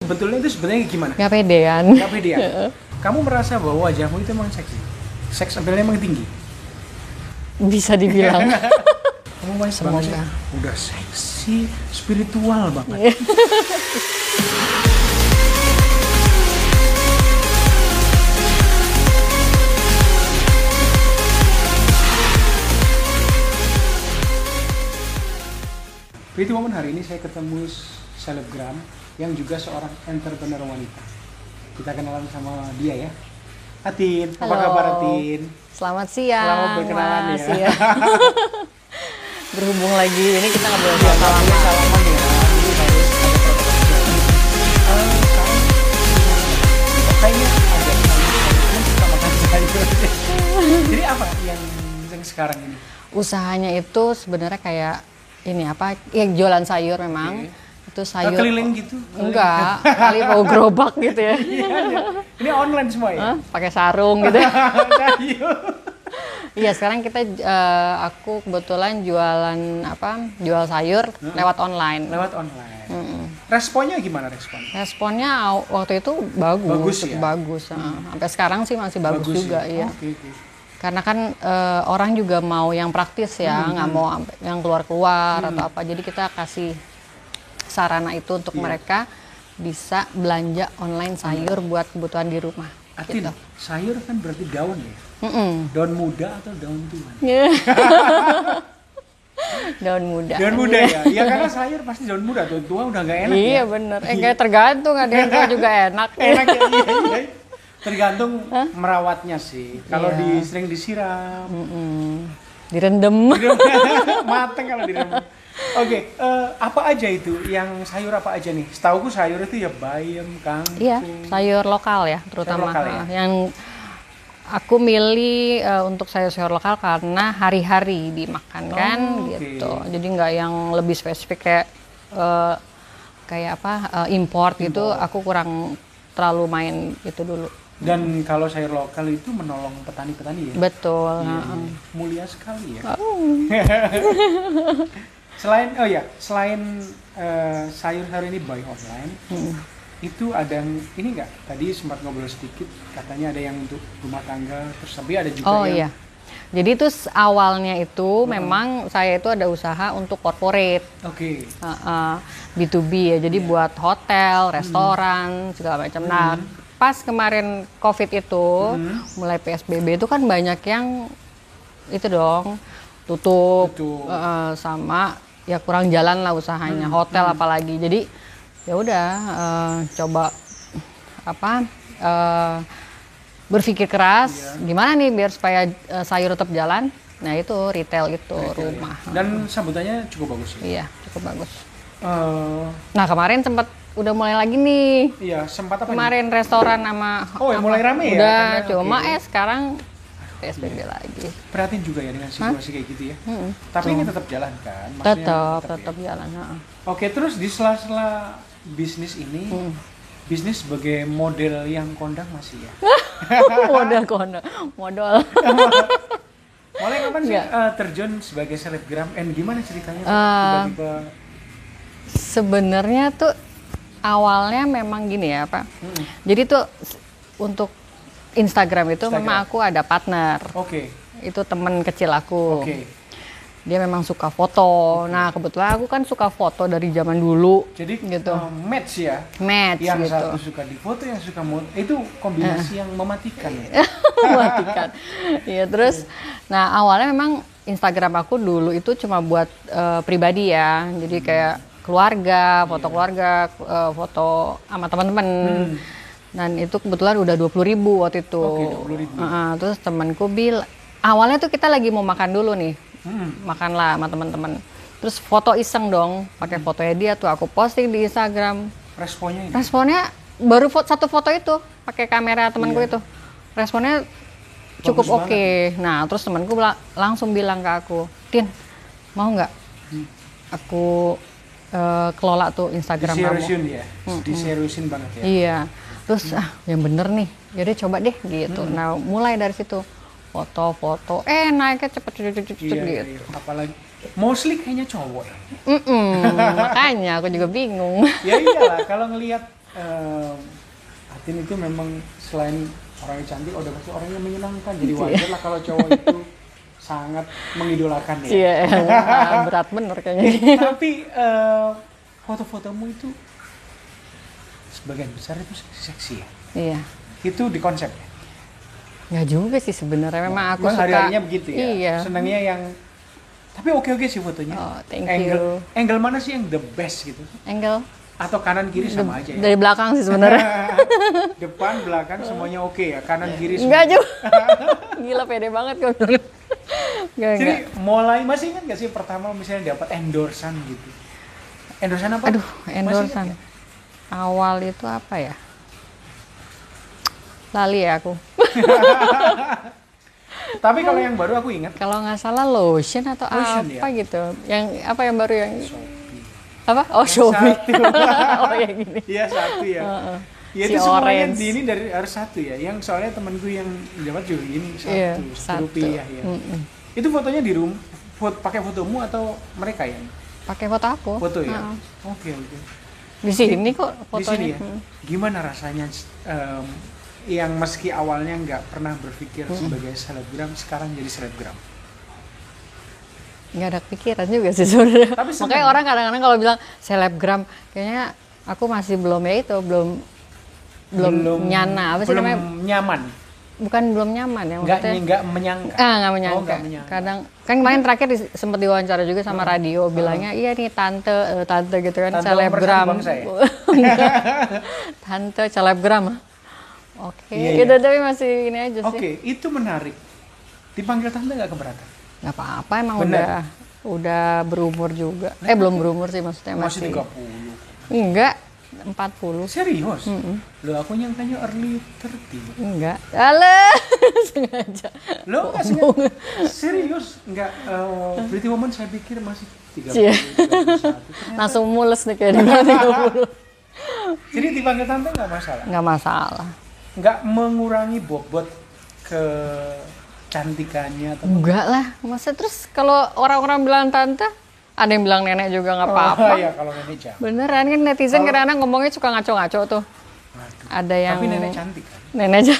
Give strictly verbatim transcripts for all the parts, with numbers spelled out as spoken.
Sebetulnya itu sebenarnya gimana? Nggak pedean. Nggak pedean. Kamu merasa bahwa wajahmu itu emang seksi? Seks appeal-nya emang tinggi? Bisa dibilang. Kamu wise Semoga. banget sih. Udah seksi, spiritual banget. Pretty Woman, hari ini saya ketemu selebgram yang juga seorang entrepreneur wanita. Kita kenalan sama dia ya. Atin, apa Halo. kabar Atin? Selamat siang. Selamat berkenalan Mas. ya. Iya. Berhubung lagi ini kita ngobrol Ya, soal salaman, salaman. salaman ya. Ini harus ada protokol. Eh, sekarang, kayaknya ada teman suka makan sayur. Jadi apa yang yang sekarang ini? Usahanya itu sebenarnya kayak ini apa? Ya jualan sayur memang. Oke. Itu sayur. Keliling gitu? Enggak, kali mau gerobak gitu ya. Iya, iya. Ini online semua ya? Hah? Pakai sarung gitu. Sayur. Iya, sekarang kita eh, aku kebetulan jualan apa? Jual sayur lewat online. Lewat online. Mm-mm. Responnya gimana responnya? Responnya aw- waktu itu bagus, Bagus cukup ya? bagus. Heeh. Sampai sekarang sih masih bagus, juga, ya? iya. Oke, oke. Karena kan eh, orang juga mau yang praktis ya, nggak mau ampe- yang keluar-keluar atau apa. Jadi kita kasih sarana itu untuk Iya. mereka bisa belanja online sayur buat kebutuhan di rumah. Atin, Gitu. sayur kan berarti daun ya? Mm-mm. Daun muda atau daun tua? Daun muda. Daun muda ya? Ya karena sayur pasti daun muda, daun tua udah nggak enak Iya ya? bener. Eh kayak tergantung, ada yang tua juga enak. Enak ya? Iya, iya. Tergantung merawatnya sih. Kalau Iya. di, sering disiram, Mm-mm. Direndam. mateng kalau direndam. Oke, eh, apa aja itu? Yang sayur apa aja nih? Setauku sayur itu ya bayam, kangkung. Iya, sayur lokal ya, terutama lokal ya? ah, yang aku milih eh, untuk sayur-sayur lokal karena hari-hari dimakan kan, Oh, oke. gitu. Jadi nggak yang lebih spesifik kayak eh, kayak apa eh, import gitu. Aku kurang terlalu main itu dulu. Dan kalau sayur lokal itu menolong petani-petani ya? Betul. Iya, ah, ah. iya. Mulia sekali ya. Oh. Selain, oh ya, selain eh, sayur-sayur ini buy online, Hmm. itu ada yang ini nggak? Tadi sempat ngobrol sedikit, katanya ada yang untuk rumah tangga, terus tapi ada juga Oh yang iya. Jadi itu s- awalnya itu memang saya itu ada usaha untuk corporate. oke, Uh, uh, B to B ya, jadi buat hotel, restoran, segala macam. Nah, pas kemarin COVID itu, mulai P S B B itu kan banyak yang itu dong tutup, Tutup. uh, sama ya kurang jalan lah usahanya, hotel apalagi. Jadi ya udah uh, coba apa uh, berpikir keras, gimana nih biar supaya uh, sayur tetap jalan. Nah itu retail itu Retail ya. rumah. Dan sambutannya cukup bagus ya. Iya, cukup bagus. Eh, Nah kemarin sempat udah mulai lagi nih. iya, sempat apa nih? Kemarin restoran sama Oh, ya, apa, mulai rame ya? Udah, Karena- cuma oke. eh sekarang P S B B lagi. Prihatin juga ya dengan situasi kayak gitu ya. Mm-mm. Tapi ini tetap jalan kan? Maksudnya Tetap, ya? tetap jalan. heeh. Oke, terus di sela-sela bisnis ini, bisnis sebagai model yang kondang masih ya? Modal kono, modal. Mulai kapan sih Nggak. eh, terjun sebagai selebgram? And gimana ceritanya? Pak? Eh, Tiba-tiba Sebenarnya tuh awalnya memang gini ya Pak. Mm-mm. Jadi tuh s- untuk Instagram itu Instagram. memang aku ada partner. Oke, Itu temen kecil aku. oke. Dia memang suka foto. Nah kebetulan aku kan suka foto dari zaman dulu. Jadi Gitu. eh, match ya? Match Yang gitu. satu suka di foto, yang suka mod, itu kombinasi yang mematikan ya? Mematikan. Iya terus, nah awalnya memang Instagram aku dulu itu cuma buat eh, pribadi ya, jadi kayak keluarga, foto keluarga, eh, foto sama teman-teman. Dan itu kebetulan udah dua puluh ribu waktu itu. Oke, dua puluh ribu. Heeh, terus temanku bilang, awalnya tuh kita lagi mau makan dulu nih, Hmm. makan lah sama teman-teman. Terus foto iseng dong, pakai fotonya dia tuh aku posting di Instagram. Responnya ini? Responnya baru foto, satu foto itu pakai kamera temanku Iya. itu, responnya cukup Bagus oke. Nah terus temanku bela- langsung bilang ke aku, Tin mau nggak aku eh, kelola tuh Instagram kamu? Diseriusin ya? Diseriusin banget ya? Iya. Terus ah yang bener nih, yaudah coba deh gitu. Nah mulai dari situ foto-foto, eh naiknya cepet-cepet Iya, gitu. iya. Apalagi mostly kayaknya cowok ya. Mm-mm, makanya aku juga bingung. Ya iyalah, kalau ngelihat um, Atin itu memang selain orangnya cantik, udah pasti orangnya menyenangkan. Jadi wajar lah kalau cowok itu sangat mengidolakan ya. Iya, berat bener kayaknya. Tapi uh, foto-fotomu itu sebagian besar itu seksi ya. Iya. Itu di konsep ya? Nggak juga sih sebenarnya. Memang aku Memang suka. hari-harinya begitu ya. Iya. Senangnya yang. Tapi oke-oke sih fotonya. Oh, thank angle, you. Angle mana sih yang the best gitu? Angle. Atau kanan kiri sama aja ya? Dari belakang sih sebenarnya. Depan, belakang semuanya oke ya? Kanan kiri semua. Enggak juga. Gila pede banget kok. Enggak, Jadi enggak. mulai, masih ingat gak sih pertama misalnya dapat endorsan gitu? Endorsan apa? Aduh, endorsan. Awal itu apa ya? Lali ya aku. Tapi kalau yang baru aku ingat. Kalau nggak salah lotion atau Lotion, apa ya? gitu. Yang apa yang baru yang Shopee. apa? Oh, Yang Shopee. satu. Oh, yang gini. Iya satu ya. Heeh. Ya Si itu semuanya orange. di ini dari harus satu ya. Yang soalnya temanku yang dapat juga ini satu, Iya, satu satu. rupiah ya. Mm-mm. Itu fotonya di room, foto pakai fotomu atau mereka yang Pakai foto aku. foto ya? Heeh. Oke oke. Di sini kok Di fotonya. sini ya. Mm. Gimana rasanya em, yang meski awalnya nggak pernah berpikir sebagai selebgram sekarang jadi selebgram? Nggak ada pikiran juga sih sebenarnya. Tapi seneng. Makanya orang kadang-kadang kalau bilang selebgram, kayaknya aku masih belum ya itu, belum belum, nyana apa sih belum namanya? nyaman. Bukan belum nyaman ya Nggak maksudnya. nggak menyangka. Ah, nggak menyangka. Oh, nggak menyangka. Kadang kan kemarin terakhir di- sempat diwawancara juga sama radio, bilangnya iya nih tante eh, tante gitu kan, Tante selebgram. pemersatu bangsa ya? Enggak. Tante selebgram. Oke, Iya, itu iya. tapi masih ini aja sih. Oke, itu menarik. Dipanggil tante nggak keberatan? Nggak apa-apa, emang Bener. udah udah berumur juga. Eh belum berumur sih maksudnya Masih masih. tiga puluh. Enggak, empat puluh. Serius? Lo aku nyangkanya early tiga puluh. Enggak. Alah, sengaja. Lo nggak sengaja? Serius? Nggak, uh, Pretty Woman saya pikir masih tiga puluh, Cie. tiga puluh satu. Ternyata- Langsung mules nih kayak di tiga puluh. Jadi dipanggil tante nggak masalah? Nggak masalah. Nggak mengurangi bobot ke cantikannya atau Enggak lah, masa terus kalau orang-orang bilang tante, ada yang bilang nenek juga nggak apa-apa. Oh, ya kalau nenek jangan. Beneran kan netizen Kalau- kadang-kadang ngomongnya suka ngaco-ngaco tuh. Waduh. Ada yang Tapi nenek cantik kan? nenek aja.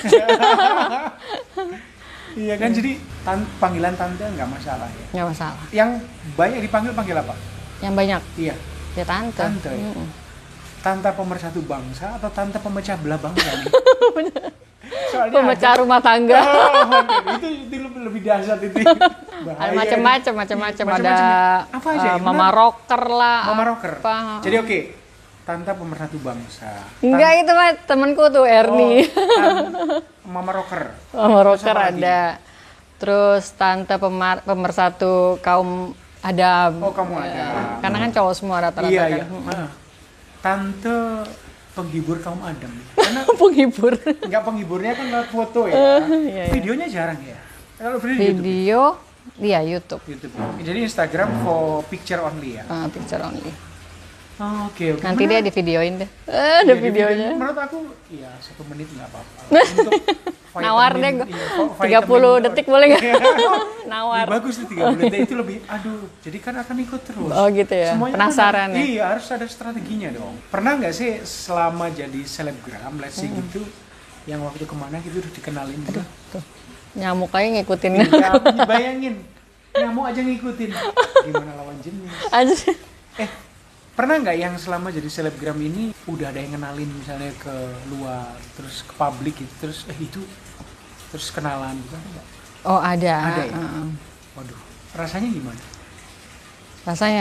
Iya kan, jadi tan- panggilan tante nggak masalah ya. Nggak masalah. Yang banyak dipanggil panggil apa? Yang banyak Iya, ya tante. tante. Ya? Mm-mm. Tante pemersatu bangsa atau tante pemecah belah bangsa nih? Soalnya Pemecah rumah tangga. ada- Oh, waduh, itu itu lebih, lebih dahsyat itu. Ada Bahaya macam-macam, ini. macam-macam. Iya, Ada macam-macam. Apa aja eh, yang mama benar? rocker lah. Mama rocker. apa. Jadi oke, tante pemersatu bangsa. Enggak, itu mah temanku tuh Ernie. Oh, tan- Mama rocker. Mama rocker apa lagi? ada. Terus tante pemar- pemersatu kaum Adam. Oh, kamu ada. Eh, Karena kan cowok semua rata-rata Iya, kan. iya. Ah. Tante penghibur kaum Adam. Karena Penghibur. nggak penghiburnya kan lewat foto ya. iya, iya. Videonya jarang ya. Kalau video di YouTube. Video, iya YouTube. YouTube. Jadi Instagram for picture only ya. Ah, picture only. Oh, oke oke. Nanti dia Menarik. di videoin deh. Eh, ada Iya, di videonya. Menurut aku, ya satu menit nggak apa-apa. Untuk vitamin, Nawar deh gua. iya, vo- tiga puluh vitamin- detik boleh nggak? Iya, Nawar. bagus tuh tiga puluh detik itu lebih, aduh, jadi kan akan ikut terus. Oh gitu ya. Semuanya Penasaran kan, ya. Iya, harus ada strateginya dong. Pernah nggak sih selama jadi selebgram, let's say Hmm. gitu, yang waktu kemana gitu udah dikenalin gitu? Tuh. Nyamuk aja ngikutin. Ya, bayangin, nyamuk aja ngikutin. Gimana lawan jenis? Aja. Eh, pernah nggak yang selama jadi selebgram ini udah ada yang kenalin misalnya ke luar, terus ke publik gitu, terus eh itu, terus kenalan gitu enggak? Oh ada. Ada ya? Heeh. Waduh, rasanya gimana? Rasanya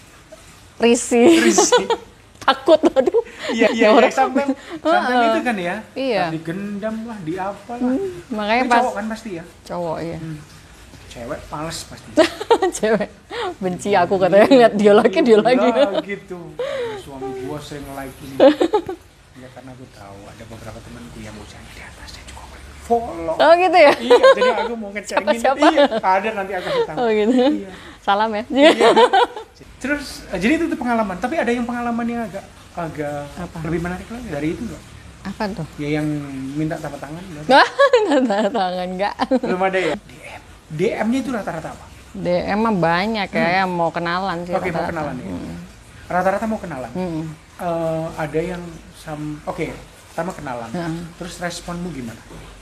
risih. Risih. Takut aduh. Iya, iya, Orang- iya, sampai sampai itu kan ya. Iya. Digendam lah, di apa lah. Makanya Itu pas cowok kan pasti ya. cowok ya. Hmm. Cewek males pasti. Cewek benci aku katanya ngeliat dia lagi dia lagi. Lah, gitu. Suami gua sering like ini. Ya karena aku tahu ada beberapa temanku yang mau cari di atasnya juga follow. Oh gitu ya. Iya, jadi aku mau ngecengin. Siapa-siapa? Iya, ada nanti aku kasih tahu. Oh gitu. Iya. Salam ya. Iya. Terus eh, jadi itu tuh pengalaman, tapi ada yang pengalaman yang agak agak Apa? lebih menarik lagi dari itu enggak? Apa tuh? Ya yang minta tanda tangan enggak? Nah, tanda tangan enggak. Belum ada ya? D M. D M-nya itu rata-rata apa? D M mah banyak ya yang mau kenalan sih. Oke, mau rata-rata. kenalan ya. Hmm. Rata-rata mau kenalan. Hmm. uh, ada yang sam, oke, okay, pertama kenalan, Uh. terus responmu gimana?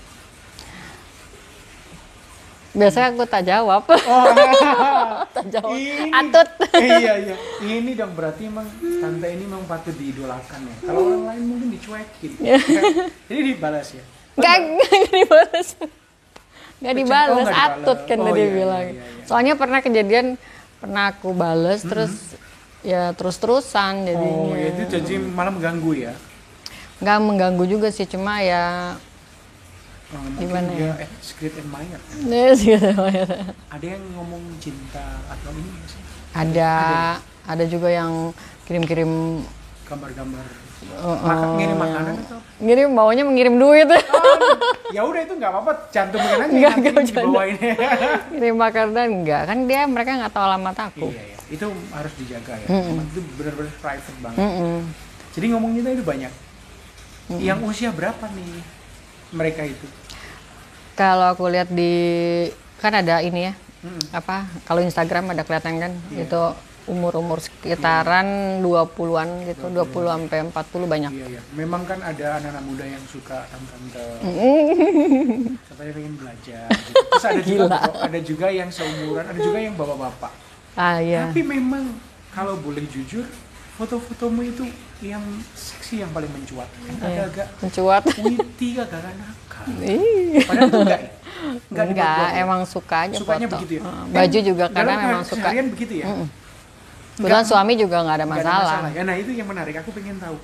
Biasanya aku tak jawab. Oh, tak jawab. ini, Atut. iya iya, ini dong berarti emang tante ini memang patut diidolakan ya. Kalau orang lain mungkin dicuekin, jadi dibalas ya. Nggak, nggak dibalas. Nggak Oh, dibalas, nggak atut dibalas. kan Oh, tadi iya, bilang. iya, iya, iya. Soalnya pernah kejadian, pernah aku bales terus ya terus-terusan jadinya. Oh, ya itu jadi malah mengganggu ya. Nggak mengganggu juga sih, cuma ya Oh, mungkin Gimana dia ya? eh, secret admirer. yes, gitu. Ada yang ngomong cinta atau ini nggak sih? Ada, ada juga yang kirim-kirim Gambar-gambar uh, Maka, uh, ngirim makanan atau? ngirim bawanya mengirim duit. Ya udah itu nggak apa-apa, jantung aja Nggak, nanti nggak bercanda. dibawain. Kirim makanan enggak, kan dia mereka nggak tahu alamat aku. Iya ya, itu harus dijaga ya. Mm-mm. Emang itu benar-benar private banget. Mm-mm. Jadi ngomongin itu banyak. Yang usia berapa nih mereka itu? Kalau aku lihat di kan ada ini ya, Mm-mm. apa kalau Instagram ada kelihatan kan, Iya. itu umur-umur sekitaran dua puluhan gitu, dua puluh sampai empat puluh banyak. Iya ya, memang kan ada anak-anak muda yang suka tante-tante, katanya pengen belajar. Gitu. Terus ada juga, Gila. ada juga yang seumuran, ada juga yang bapak-bapak. Ah iya. Tapi memang kalau boleh jujur, foto-fotomu itu yang seksi yang paling mencuat. Kan Iya. agak-agak Mencuat. witty, agak-agak nakal. Ih. Padahal itu enggak ya? Enggak, Enggak, dibuat-buat ya? emang suka aja Sukanya foto. begitu ya? Uh, Kan baju juga dalam kadang hari- memang suka. seharian begitu ya? Mm-mm. Enggak- Kebetulan suami juga nggak ada enggak masalah. Ya, nah itu yang menarik, aku pengen tahu.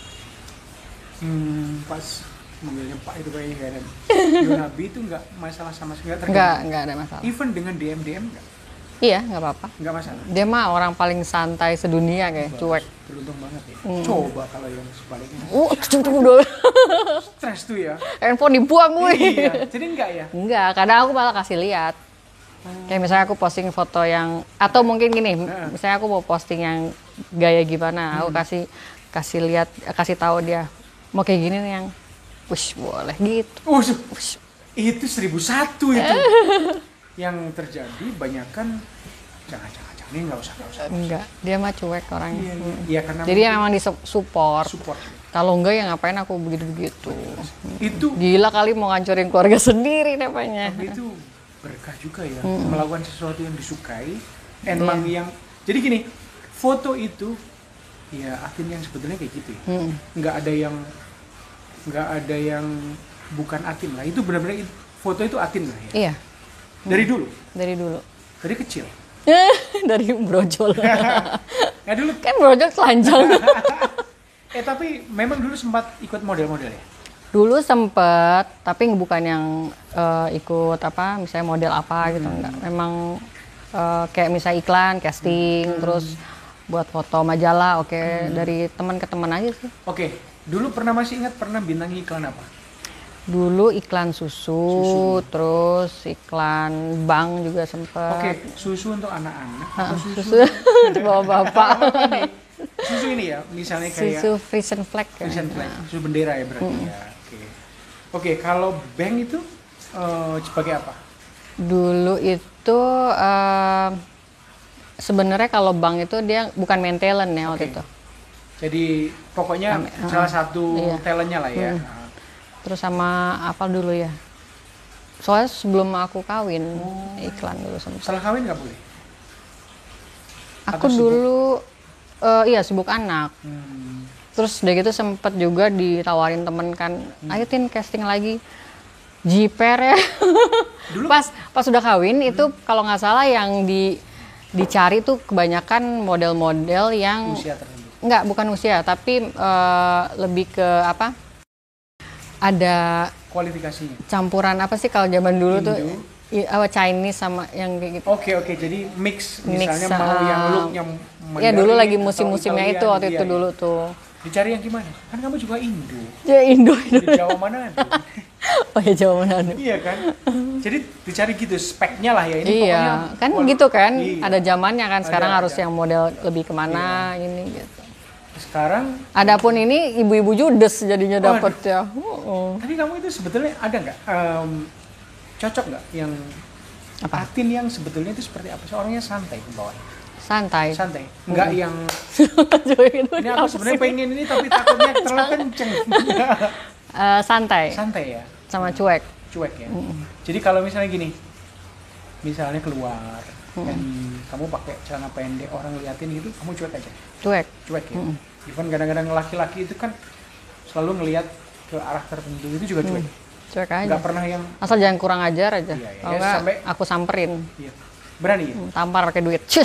Hmm, pas mobilnya Pak itu kayaknya nggak ada. Yonabi itu nggak masalah sama sekali, nggak Enggak, terganggu. enggak ada masalah. Even dengan D M D M nggak? Iya, nggak apa-apa. Nggak masalah. Dia mah orang paling santai sedunia kayak, cuek. Beruntung banget ya. Hmm. Coba kalau yang sebaliknya. Uh, cukup dulu. Stres tuh ya. Handphone dibuang gue. Iya, jadi enggak ya? Enggak, kadang aku malah kasih lihat. Kayak misalnya aku posting foto yang atau mungkin gini, Heeh. misalnya aku mau posting yang gaya gimana, aku kasih kasih lihat, kasih tahu dia mau kayak gini nih yang, push boleh gitu. Uh, su- Push. itu seribu satu itu. Yang terjadi banyakan jangan-jangan jangan ini nggak usah nggak usah. Enggak, dia mah cuek orangnya. Iya, iya. Hmm. Iya, karena Jadi ya mungkin memang di support. support. Kalau enggak ya ngapain aku begitu-begitu. Itu Gila kali mau ngancurin keluarga sendiri namanya. tapi itu berkah juga ya, Hmm. melakukan sesuatu yang disukai. Emang yang jadi gini, foto itu ya Atin yang sebetulnya kayak gitu ya. Hmm. Nggak ada yang nggak ada yang bukan Atin lah. Itu benar-benar it- foto itu Atin lah ya. Iya, Dari dulu, dari dulu. dari kecil. Dari brojol. Ya dulu. Kan brojol telanjang. Eh tapi memang dulu sempat ikut model-model ya. Dulu sempet, tapi bukan yang eh, ikut apa, misalnya model apa gitu, enggak. Memang eh, kayak misalnya iklan, casting, terus buat foto majalah, oke, dari teman ke teman aja sih. Oke, dulu pernah masih ingat pernah bintangi iklan apa? Dulu iklan susu, Susu. terus iklan bank juga sempet. Oke, susu untuk anak-anak Ah, atau susu, susu untuk bapak-bapak. ini? Susu ini ya, misalnya kayak Susu Frisian Flag ya. Frisian Flag, susu bendera ya berarti ya. Oke, oke kalau bank itu eh, sebagai apa? Dulu itu eh, sebenarnya kalau bank itu dia bukan main talent ya waktu Oke. itu. Jadi pokoknya Ame- salah ah, satu iya. talentnya lah ya. Hmm. Terus sama apa dulu ya? Soalnya sebelum aku kawin, Oh. iklan dulu sempat. Setelah kawin nggak boleh? Aku Atau sibuk? dulu eh, iya sibuk anak. Hmm. Terus udah gitu sempet juga ditawarin temen kan, Hmm. ayo Tin casting lagi. Jiper ya. Dulu? pas pas udah kawin itu kalau nggak salah yang di dicari tuh kebanyakan model-model yang Usia tertentu. nggak bukan usia tapi eh, lebih ke apa? Ada Kualifikasinya. campuran apa sih kalau zaman dulu tuh Indo? i- apa Chinese sama yang kayak gitu. Oke oke, jadi mix Mix, misalnya mau ah. yang looknya Ya dulu Mandarin lagi atau musim-musimnya Italian, itu waktu iya, itu iya. dulu tuh. Dicari yang gimana? Kan kamu juga Indo. Ya Indo Indo. Di Jawa mana? Oh ya Jawa Manado. Iya kan? Jadi dicari gitu speknya lah ya ini Iya, pokoknya kan kual- gitu kan. Iya. Ada zamannya kan. Sekarang Ada, harus ada. Iya. yang model lebih kemana ini gitu. Sekarang Adapun ini ibu-ibu judes jadinya Waduh. dapet ya. Oh, tapi kamu itu sebetulnya ada nggak em, cocok nggak yang Apa? Atin yang sebetulnya itu seperti apa? Seorangnya santai ke bawah. Santai. Santai. Enggak yang Cuek itu ini aku apa sebenarnya sih? pengen ini tapi takutnya terlalu kenceng. Eh, santai Santai ya, sama cuek. cuek ya. Jadi kalau misalnya gini, misalnya keluar dan kamu pakai celana pendek orang liatin gitu, kamu cuek aja. Cuek. Cuek ya. Even kadang-kadang laki-laki itu kan selalu ngelihat ke arah tertentu, itu juga cuek. Cuek aja. Nggak pernah yang Asal jangan kurang ajar aja. Iya, iya. Kalau Ya, nggak, sampai- aku samperin. iya. Berani ya. Hmm, Tampar pakai duit. Cus.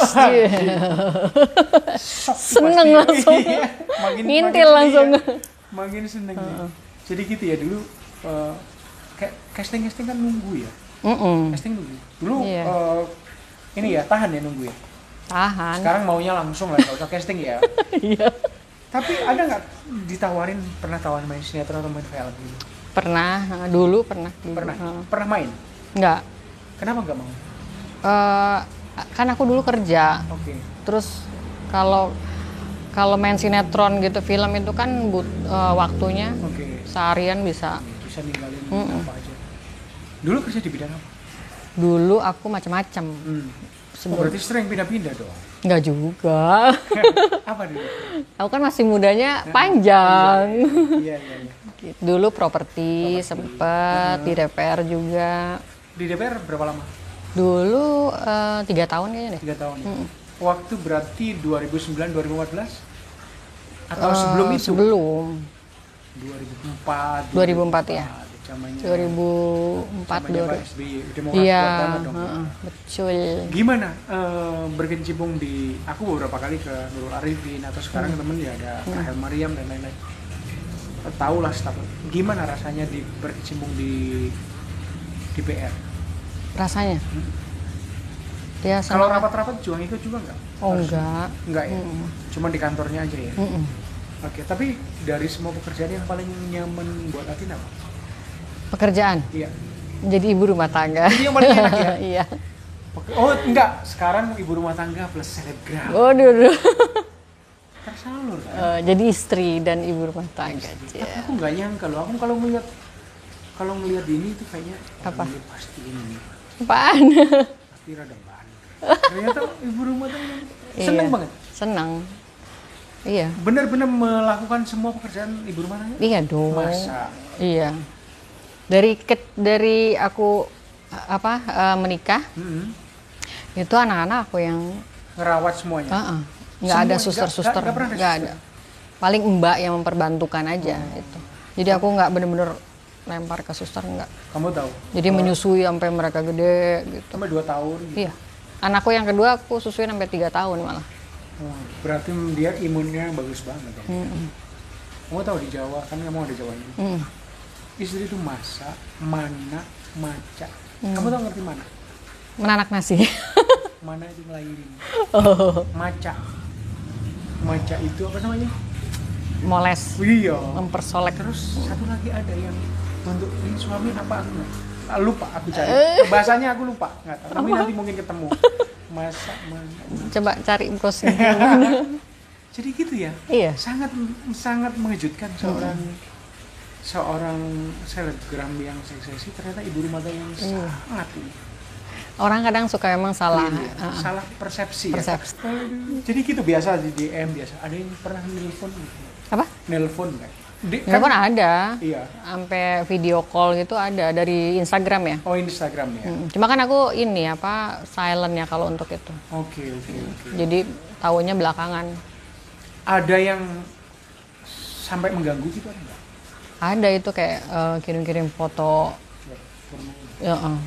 Shock Seneng pasti. langsung. Iya. makin, Ngintil makin langsung. iya. Makin seneng ya. Jadi gitu ya dulu eh, kayak casting-casting kan nunggu ya. Mm-mm. Casting nunggu. Dulu Iya. eh, ini ya tahan ya nunggu ya. Tahan. Sekarang maunya langsung lah, nggak usah casting ya. Iya. Tapi ada nggak ditawarin, pernah tawarin main sinetron atau main film gitu? Pernah, nah, dulu pernah. Dulu. Pernah? Heeh. Pernah main? Enggak. Kenapa nggak mau? Eh, kan aku dulu kerja. Oke. Terus kalau kalau main sinetron gitu film itu kan but, eh, waktunya Oke. seharian bisa. Bisa ninggalin Mm-mm. apa aja. Dulu kerja di bidang apa? Dulu aku macam-macam. Hmm. Oh, Sebelum- berarti sering pindah-pindah dong. Enggak juga. Apa dulu? Aku kan masih mudanya panjang. Iya, iya, iya. Dulu properti sempet di D P R juga. Di D P R berapa lama? Dulu eh, tiga tahun kayaknya deh. Tiga tahun ya? Waktu berarti dua ribu sembilan dua ribu empat belas? Atau Eh, sebelum itu? Sebelum dua ribu empat dua ribu empat ya. Zamannya, dua ribu empat zamannya dua Pak ribu. S B Y. Udah mau Iya, kuat banget dong. heeh, betul. Gimana eh, berkecimpung di, aku beberapa kali ke Nurul Arifin atau sekarang Hmm. temen ya ada Rahel Mariam dan lain-lain. Tahu lah staff. Gimana rasanya di berkecimpung di D P R? Rasanya. Dia Kalau sama. rapat-rapat juga ngikut juga nggak? Oh Harus- enggak. Enggak ya? Mm-mm. Cuma di kantornya aja ya? Mm-mm. Oke, tapi dari semua pekerjaan yang paling nyaman buat Atin apa? Pekerjaan. Iya. Jadi ibu rumah tangga. Jadi yang paling enak ya? Iya. Oke. Oh enggak, sekarang ibu rumah tangga plus selebgram. Waduh. duh. Tersalur kan? Eh, jadi istri dan ibu rumah tangga. Tapi Cia. aku nggak nyangka loh, aku kalau ngeliat kalau ngeliat ini tuh kayaknya Apa? orang ini pasti ini, Apaan? pasti rada bandel. Ternyata ibu rumah tangga seneng Iya. banget. Senang. Iya. Benar-benar melakukan semua pekerjaan ibu rumah tangga. Iya dong. Masa? Iya. Dari ke, dari aku apa eh, menikah Mm-mm. itu anak-anak aku yang Ngerawat semuanya. uh-uh, nggak ada Semua- suster-suster, nggak- nggak pernah ada nggak suster? ada. Paling mbak yang memperbantukan aja itu. Jadi aku nggak bener-bener lempar ke suster nggak. Kamu tahu? Jadi menyusui sampai mereka gede gitu. Sampai dua tahun. Gitu. Iya. Anakku yang kedua aku susuin sampai tiga tahun malah. Oh, berarti dia imunnya bagus banget dong. Mm-mm. Kamu tahu di Jawa kan kamu ada Jawanya. Mm. Istri itu masak, mana, maca. Mm. Kamu tahu ngerti mana? Menanak nasi. Mana itu ngelahirin. Oh, Maca. Maca itu apa namanya? moles, Iya. mempersolek. Terus satu lagi ada yang untuk ini suami apa aku nggak? Ah, lupa aku cari. Eh. Bahasanya aku lupa, nggak tahu. Tapi nanti mungkin ketemu. Masak mana? Coba cari browsing. Jadi gitu ya. Iya. Sangat sangat mengejutkan seorang seorang selebgram yang seksi ternyata ibu rumah tangga yang Iya. sangat ini. Orang kadang suka emang salah. Iya, uh-uh. salah persepsi, Persepsi. ya. Aduh. Jadi gitu biasa di D M biasa. Ada yang pernah nelpon gitu. Apa? Nelpon kan? Di, Ya pun ada. Iya. Sampai video call gitu ada dari Instagram ya. Oh, Instagram ya. Hmm, Cuma kan aku ini apa silent ya kalau untuk itu. Oke, oke, oke. Jadi tahunya belakangan. Ada yang sampai mengganggu gitu ada nggak? Ada itu kayak eh, kirim-kirim foto. Ya, pernah. Ya, eh.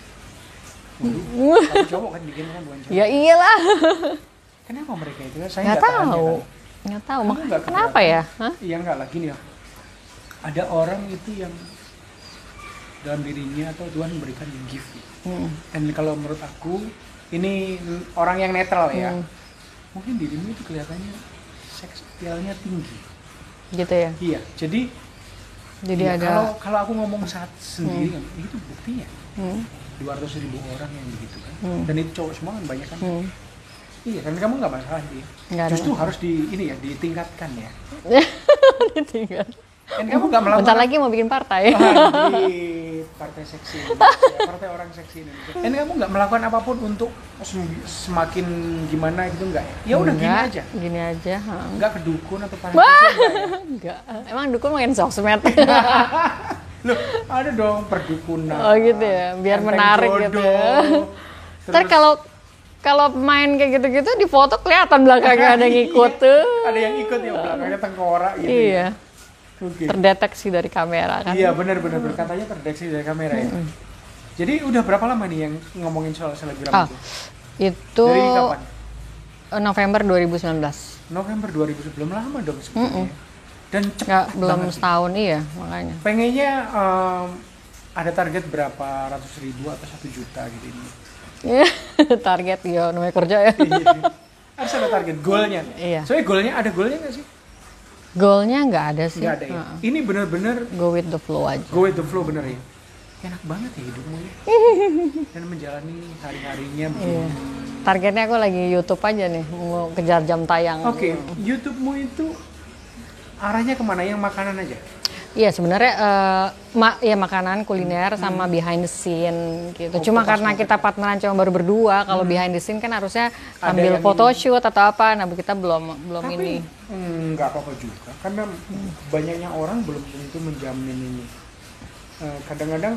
Waduh, tapi cowok kan bikin kan bukan cewek. Ya iyalah. Kenapa mereka itu? Saya Nggak nggak tahan ya, tahu. kan. Nggak tahu. Kamu Mak- nggak Kenapa keberatan? ya? Hah? Iya enggak lah gini ya. Ada orang itu yang dalam dirinya atau Tuhan memberikan gift. Hmm. Dan kalau menurut aku ini orang yang netral ya. Hmm. Mungkin dirimu itu kelihatannya seksualnya tinggi. Gitu ya. Iya. Jadi Jadi iya, ada. kalau kalau aku ngomong saat sendiri kan, itu buktinya Hmm. dua ratus ribu orang yang begitu kan. Hmm. Dan itu cowok semua kan banyak kan. Hmm. Iya, kan kamu nggak masalah sih. Nggak ada Justru masalah. harus di ini ya ditingkatkan ya. Ditinggal. Dan kamu nggak melakukan Bentar lagi mau bikin partai. Anjir, partai seksi Indonesia, partai orang seksi Indonesia. Dan kamu nggak melakukan apapun untuk sem- semakin gimana gitu nggak ya? Ya udah gini Enggak, aja. Gini aja. ha. Nggak ke dukun atau partai enggak ya? Enggak. Emang dukun main sosmed. Loh, ada dong perdukunan. Oh gitu ya, biar enteng menarik jodoh, gitu ya. Ntar terus- kalau kalau main kayak gitu-gitu di foto kelihatan belakangnya ada yang ikut tuh. Ada yang ikut ya belakangnya tengkorak gitu. Iya. Ya. Oke. Terdeteksi dari kamera kan. Iya benar-benar katanya terdeteksi dari kamera ya. Jadi udah berapa lama nih yang ngomongin soal selebgram Ah, itu? itu Dari kapan? eh, November dua ribu sembilan belas. November dua ribu sebelum lama dong sebenarnya. Dan Nggak, cepat belum banget. setahun iya makanya. Pengennya em, ada target berapa ratus ribu atau satu juta gitu ini. Iya, target ya namanya kerja ya. Iya. Harus ada target goalnya. Iya. Soalnya goalnya ada goalnya nggak sih? Goalnya nggak ada sih. Nggak ada ya. Heeh. Ini benar-benar Go with the flow aja. go with the flow bener ya. Enak banget ya hidupmu ya. Dan menjalani hari-harinya begini. Iya. Targetnya aku lagi YouTube aja nih, mau kejar jam tayang. Oke, YouTube-mu itu arahnya kemana? Yang makanan aja? Iya sebenarnya eh, ma ya makanan kuliner sama behind the scene gitu. Oh, Cuma pas karena banget kita partneran cuma baru berdua, kalau behind the scene kan harusnya Ada sambil yang photoshoot atau apa. Nah kita belum belum Tapi ini. hmm, nggak apa-apa juga, karena banyaknya orang belum tentu menjamin ini. Eh, kadang-kadang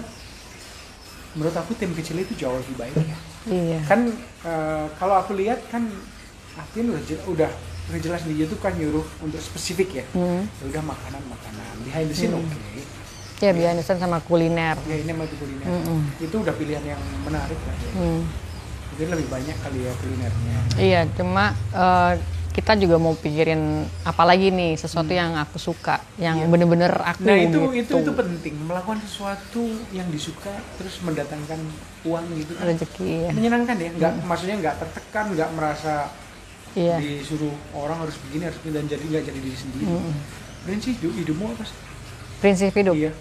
menurut aku tim kecil itu jauh lebih baik ya. Iya. Kan eh, kalau aku lihat kan Atin udah je- udah udah jelas di YouTube kan nyuruh untuk spesifik ya. Hmm. Ya udah makanan makanan behind the scene oke. Ya behind the scene sama kuliner. Ya ini mah itu kuliner. Mm-mm. Itu udah pilihan yang menarik lah ya. Hmm. Mungkin lebih banyak kali ya kulinernya. Iya, cuma eh, kita juga mau pikirin apa lagi nih sesuatu yang aku suka, yang Iya. bener-bener aku Nah itu gitu. itu itu penting, melakukan sesuatu yang disuka terus mendatangkan uang gitu kan. Rezeki ya. Menyenangkan ya, nggak maksudnya nggak tertekan, nggak merasa Iya. disuruh orang harus begini harus begini dan jadi nggak jadi diri sendiri. Prinsip hidup hidupmu apa sih? Prinsip hidup. Iya.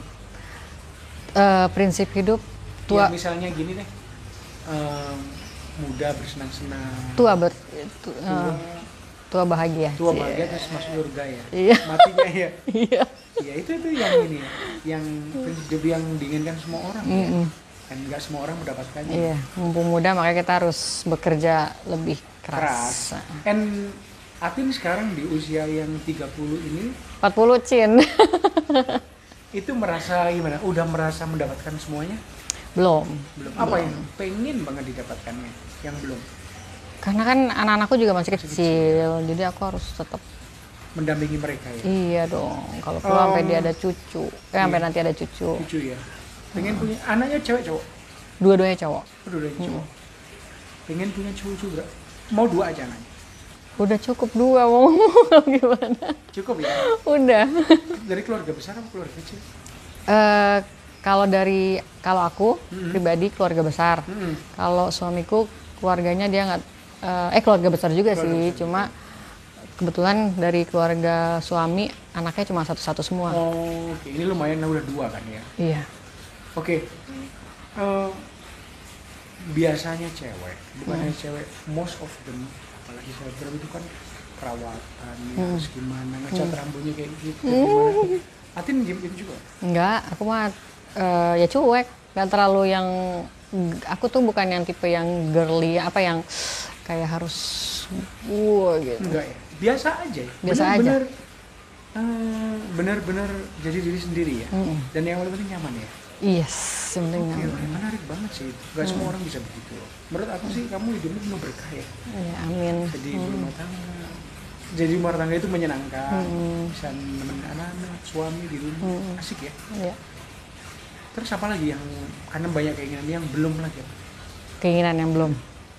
Eh, prinsip hidup tua Ya, misalnya gini deh, em, muda bersenang-senang, tua ber tu- eh, tua, tua bahagia. tua Cie. bahagia terus masuk surga ya. Iya. Matinya ya. Iya. Ya itu itu yang ini ya, yang prinsip hidup yang diinginkan semua orang ya. Mm-mm. Dan nggak semua orang mendapatkannya. Iya, mumpung muda makanya kita harus bekerja lebih Keras. keras. And Atin sekarang di usia yang tiga puluh ini empat puluh Cin. itu merasa gimana? Udah merasa mendapatkan semuanya? Belum. Belum. Apa yang pengen banget didapatkannya? Yang belum. Karena kan anak-anakku juga masih kecil, jadi aku harus tetap Mendampingi mereka ya. iya dong. Kalau perlu sampai Um, dia ada cucu, eh, sampai nanti ada cucu. Cucu ya. Pengen punya anaknya cewek cowok. Dua-duanya cowok. Dua-duanya cowok. Pengen punya cowok juga. Mau dua aja anaknya. Udah cukup dua mau ngomong gimana? Cukup ya. Udah. Dari keluarga besar atau keluarga kecil? Eh kalau dari kalau aku Mm-mm. pribadi keluarga besar. Mm-mm. Kalau suamiku keluarganya dia nggak eh, eh keluarga besar juga Keluarga sih, besar. cuma kebetulan dari keluarga suami anaknya cuma satu-satu semua. Oh, oke. Ini lumayan lah, udah dua kan ya. Iya. Oke. Eh, biasanya cewek, bukan hanya cewek, most of them, apalagi selebgram itu kan perawatan, ya, harus gimana, ngecat rambutnya kayak gitu, gimana. Atin gitu juga? Enggak, aku mah eh, ya cuek, nggak terlalu yang aku tuh bukan yang tipe yang girly apa yang kayak harus wow gitu. Enggak ya? Biasa aja ya? Biasa aja. Bener-bener, eh, bener-bener jadi diri sendiri ya? Mm-mm. Dan yang paling penting nyaman ya? Yes, sebenarnya. Oke, oke. Menarik banget sih itu. Gak semua orang bisa begitu loh. Menurut aku sih kamu hidupnya penuh berkah ya. Ya, amin. Jadi rumah tangga, jadi rumah tangga itu menyenangkan, Hmm. bisa nemenin anak-anak, suami di rumah, Hmm. asik ya. Ya. Terus apa lagi yang, karena banyak keinginan yang belum lagi apa? Keinginan yang belum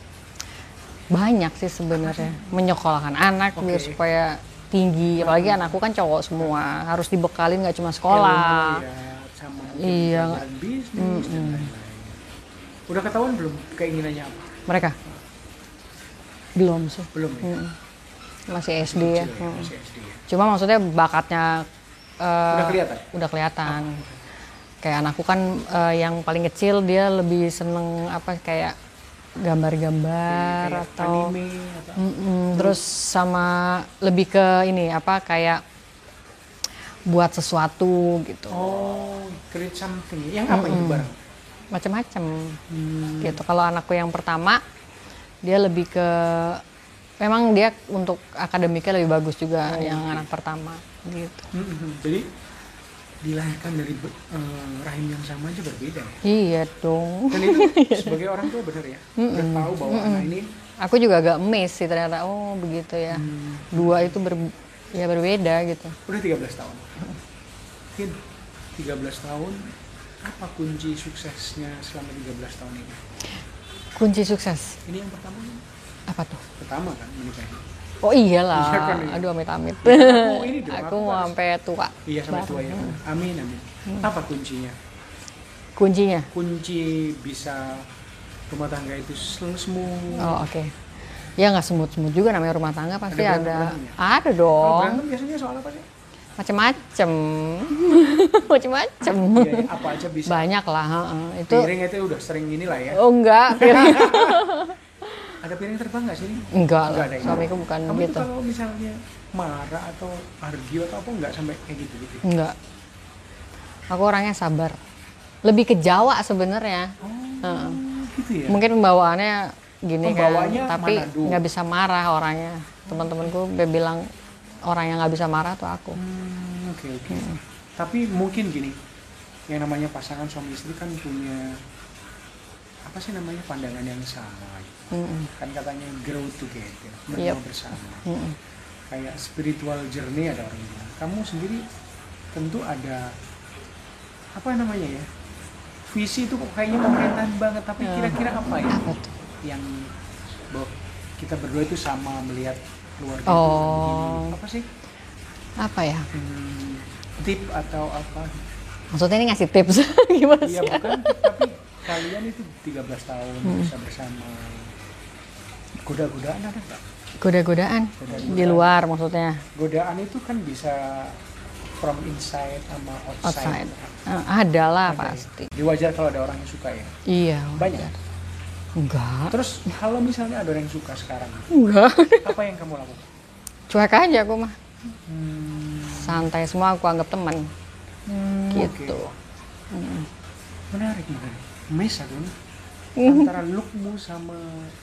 banyak sih sebenarnya, menyekolahkan anak Oke. biar supaya tinggi, apalagi anakku kan cowok semua, harus dibekalin nggak cuma sekolah. Ilmu, ya, sama Iya. pelajaran bisnis dan lain-lain. Udah ketahuan belum keinginannya apa? Mereka belum sih, Belum ya? Mm. masih S D ya. Kecil ya, Mm. masih S D ya. Cuma maksudnya bakatnya eh, Udah kelihatan? udah kelihatan. Kayak anakku kan eh, yang paling kecil dia lebih seneng apa kayak gambar-gambar Kayak atau anime atau Mm-mm, terus sama lebih ke ini apa kayak buat sesuatu gitu. oh create something. Yang apa itu barang? Macam-macam. Hmm. Gitu. Kalau anakku yang pertama, dia lebih ke, memang dia untuk akademiknya lebih bagus juga, oh, yang okay. anak pertama. Gitu. Hmm. Jadi dilahirkan dari uh, rahim yang sama aja berbeda ya? Iya dong. Dan itu sebagai orang tua benar ya? Udah tahu bahwa mm-mm. anak ini. Aku juga agak amazed sih ternyata, oh begitu ya. Hmm. Dua itu ber, ya berbeda gitu. Udah tiga belas tahun. Mungkin tiga belas tahun, apa kunci suksesnya selama tiga belas tahun ini? Kunci sukses? Ini yang pertama. Apa tuh? Pertama kan menikah. Oh iyalah, iya kan, aduh amit-amit. Ya, aku ini dong, aku mau sampai tua. Iya sampai tua ya. Amin amin. Hmm. Apa kuncinya? Kuncinya? Kunci bisa rumah tangga itu smooth. Oh oke. Okay. Ya nggak smooth-smooth juga, namanya rumah tangga pasti ada. Ada, ada dong. Kalau berantem biasanya soal apa sih? Macem-macem. Macem-macem. Ya, apa aja bisa. Banyak lah. Uh, itu. Piring itu udah sering inilah ya. Oh enggak, piring. Ada piring terbang nggak sih? Enggak lah, ada, suamiku bukan kamu gitu. Kalau misalnya marah atau argue atau apa nggak sampai kayak gitu gitu? Enggak. Aku orangnya sabar. Lebih ke Jawa sebenarnya. Oh, uh, gitu ya. Mungkin pembawaannya gini kan, tapi nggak bisa marah orangnya. Teman-temanku dia bilang orang yang nggak bisa marah tuh aku. Oke hmm, oke. Okay, okay. hmm. Tapi mungkin gini, yang namanya pasangan suami istri kan punya apa sih namanya pandangan yang sama. Mm-hmm. Kan katanya grow together, berdoa yep. bersama. Mm-hmm. Kayak spiritual journey ada orang bilang. Kamu sendiri tentu ada apa namanya ya? Visi itu kok kayaknya pemerintahan banget, tapi yeah. kira-kira apa ya? Apa tuh? Yang bahwa kita berdua itu sama melihat keluarga oh. itu apa sih? Apa ya? Hmm, tip atau apa? Maksudnya ini ngasih tips gimana sih? Iya bukan, tapi kalian itu tiga belas tahun hmm. bisa bersama. Goda-godaan ada nggak? Goda-godaan? Goda-godaan di luar maksudnya? Godaan itu kan bisa from inside sama outside. outside. Uh, ada lah ada pasti. Ya? Wajar kalau ada orang yang suka ya? Iya. Banyak? Enggak. Terus kalau misalnya ada orang yang suka sekarang? Enggak. Apa yang kamu lakukan? Cuek aja aku mah. Hmm. Santai semua, aku anggap teman. Hmm, gitu. Okay. Hmm. Menarik, menarik. Mes aku nih. Antara lookmu sama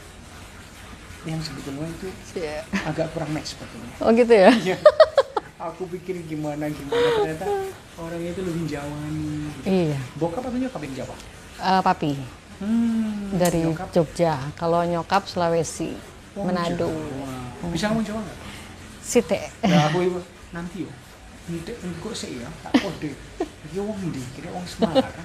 yang sebetulnya itu yeah. agak kurang match sebetulnya. Oh gitu ya? Iya. Aku pikir gimana gimana ternyata orangnya itu lebih Jawa nih. Gitu. Iya. Bokap atau nyokap yang Jawa? Uh, papi. Hmm, dari nyokap? Jogja. Kalau nyokap Sulawesi, oh, Manado. Wow. Bisa ngomong Jawa nggak? Site. Ya aku nanti yo. Nanti kok sih ya? Tak kode. Yo wong ndi? Kira wong Semarang.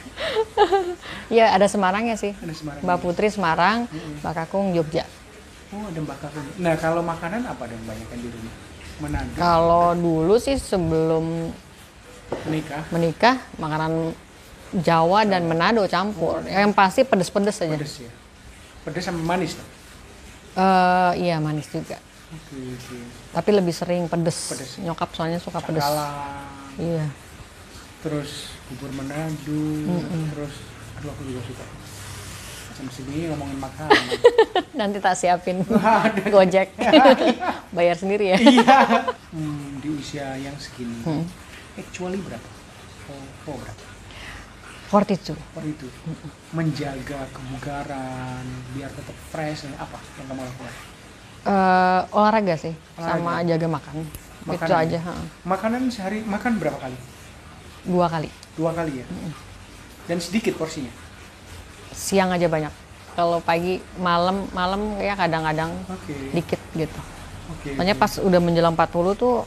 Iya ada Semarangnya sih. Ada Semarang. Mbak Putri Semarang, mm-hmm. Mbak Kakung Jogja. Oh ada Mbak Kakung. Nah kalau makanan apa yang banyak kan di rumah? Manado. Kalau dulu sih sebelum menikah, menikah makanan Jawa dan Manado campur. Oh. Yang pasti pedes-pedes aja. Pedes ya. Pedes sama manis tuh. Uh, iya manis juga. Oke, oke. Tapi lebih sering pedes. Pedes. Nyokap soalnya suka Cakalang. pedes. Iya. Terus bubur Manado, mm-mm. terus aduh aku juga suka. Macam sini ngomongin makanan. Nanti tak siapin Gojek. Bayar sendiri ya. Iya. Hmm, di usia yang segini. Hmm. Actually berapa? Oh, oh berapa? empat puluh tujuh. empat puluh tujuh. Hmm. Menjaga kebugaran biar tetap fresh apa yang kamu lakukan? Uh, olahraga sih, olahraga. Sama jaga makan. Makanan. Itu aja. Ha. Makanan sehari makan berapa kali? Dua kali. Dua kali ya? Hmm. Dan sedikit porsinya? Siang aja banyak. Kalau pagi, malam, malam ya kadang-kadang okay. dikit gitu. Okay, Soalnya okay. pas udah menjelang empat puluh tuh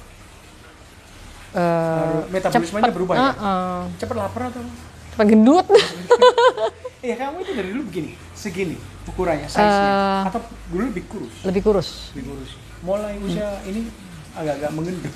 uh, metabolismenya berubah uh, ya? Uh, cepet lapar atau? Cepet gendut. Iya kamu itu dari dulu begini, segini ukurannya, size-nya, uh, atau dulu lebih kurus? Lebih kurus. Lebih kurus. Mulai usia hmm. ini agak-agak mengendut.